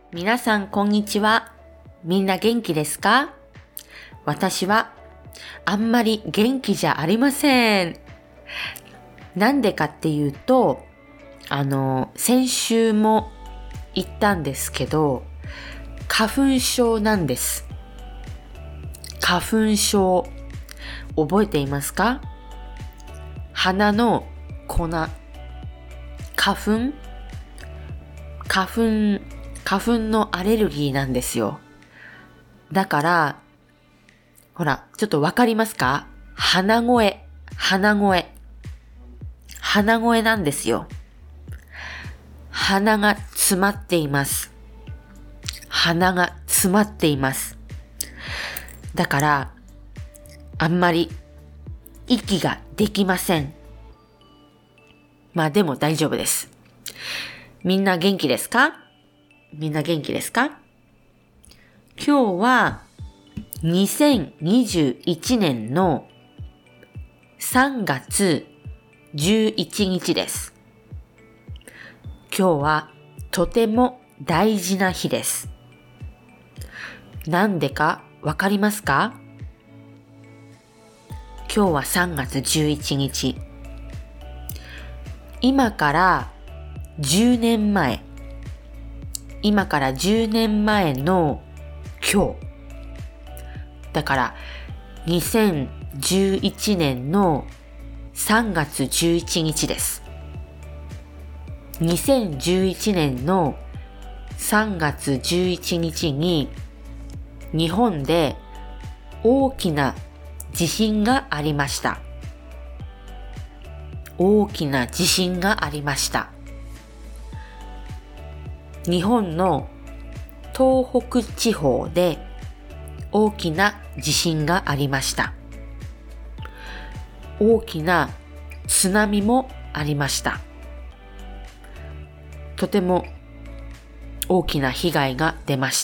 皆さんこんにちは。みんな元気ですか？私はあんまり元気じゃありません。なんでかっていうと、先週も言ったんですけど、花粉症なんです。花粉症、覚えていますか？鼻の粉、花粉のアレルギーなんですよ。だから、ほら、ちょっとわかりますか？鼻声なんですよ。鼻が詰まっています。だから、あんまり息ができません。まあでも大丈夫です。みんな元気ですか？今日は2021年の3月11日です。今日はとても大事な日です。なんでかわかりますか？今日は3月11日。今から10年前の今日。だから2011年の3月11日です。2011年の3月11日に日本で大きな地震がありました。日本の東北地方で大きな地震がありました。大きな津波もありました。とても大きな被害が出ました。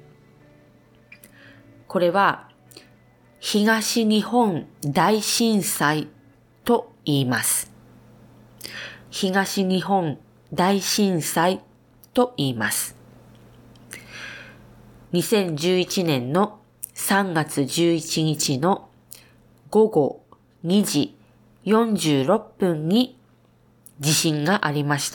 これは東日本大震災と言います。東日本大震災と言います。2011年の3月11日の午後2時46分に地震がありました。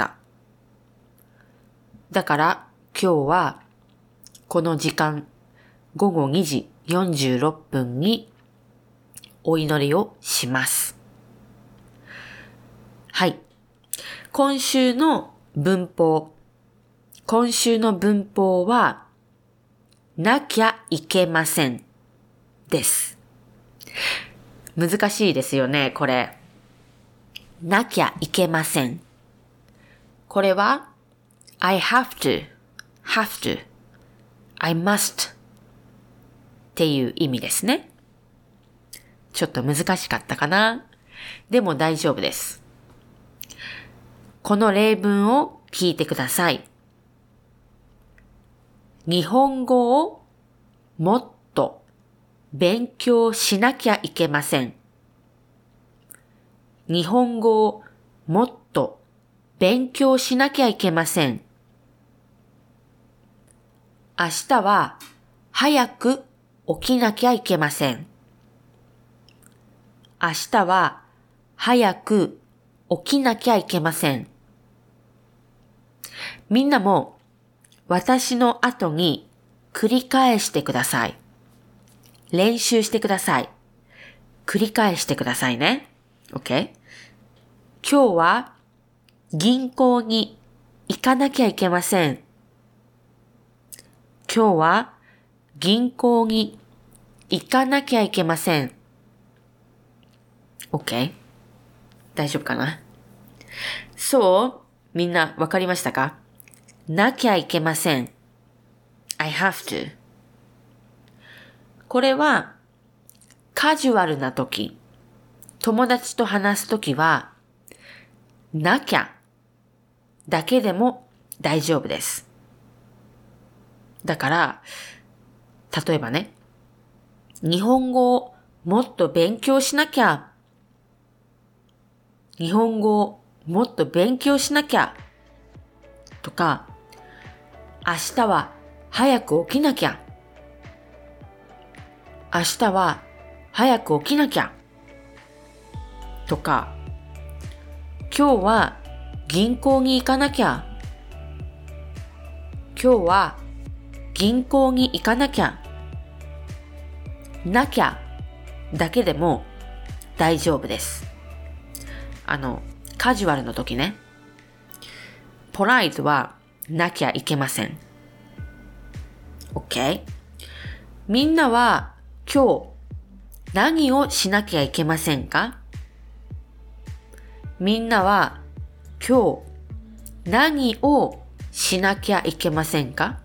だから今日はこの時間午後2時46分にお祈りをします。はい。今週の文法はなきゃいけませんです。難しいですよね、これ。なきゃいけません。これは I have to, I must っていう意味ですね。ちょっと難しかったかな。でも大丈夫です。この例文を聞いてください。日本語をもっと勉強しなきゃいけません。日本語をもっと勉強しなきゃいけません。明日は早く起きなきゃいけません。明日は早く起きなきゃいけません。みんなも私の後に繰り返してください。練習してください。繰り返してくださいね。OK？ 今日は銀行に行かなきゃいけません。今日は銀行に行かなきゃいけません。OK？ 大丈夫かな？そう？みんなわかりましたか？なきゃいけません。I have to。これはカジュアルな時、友達と話す時は、なきゃだけでも大丈夫です。だから、例えばね、日本語をもっと勉強しなきゃ。日本語をもっと勉強しなきゃ。とか、 明日は早く起きなきゃ。明日は早く起きなきゃ。とか、今日は銀行に行かなきゃ。今日は銀行に行かなきゃ。なきゃだけでも大丈夫です。カジュアルの時ね。ポライトはなきゃいけません。OK？ みんなは今日何をしなきゃいけませんか？みんなは今日何をしなきゃいけませんか？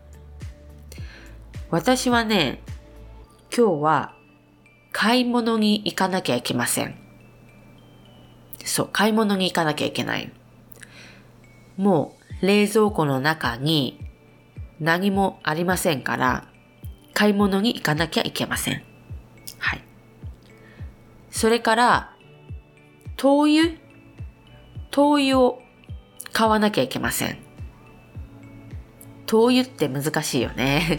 私はね、今日は買い物に行かなきゃいけません。そう、買い物に行かなきゃいけない。もう冷蔵庫の中に何もありませんから、買い物に行かなきゃいけません。はい。それから、灯油を買わなきゃいけません。灯油って難しいよね。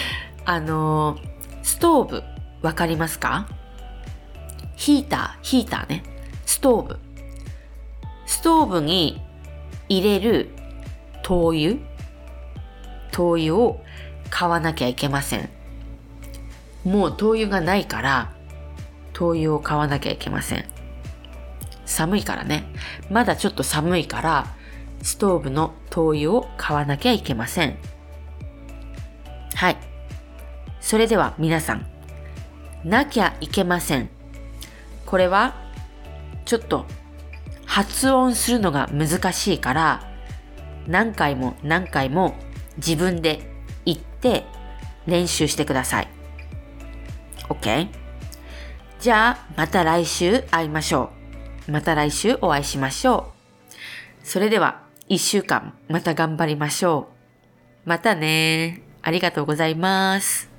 ストーブ、わかりますか？ヒーターね。ストーブに入れる灯油を買わなきゃいけません。もう灯油がないから、灯油を買わなきゃいけません。寒いからね。まだちょっと寒いから、ストーブの灯油を買わなきゃいけません。はい。それでは皆さん、なきゃいけません。これは、ちょっと発音するのが難しいから、何回も自分で言って練習してください。OK？ じゃあ、また来週会いましょう。また来週お会いしましょう。それでは、1週間また頑張りましょう。またね。ありがとうございます。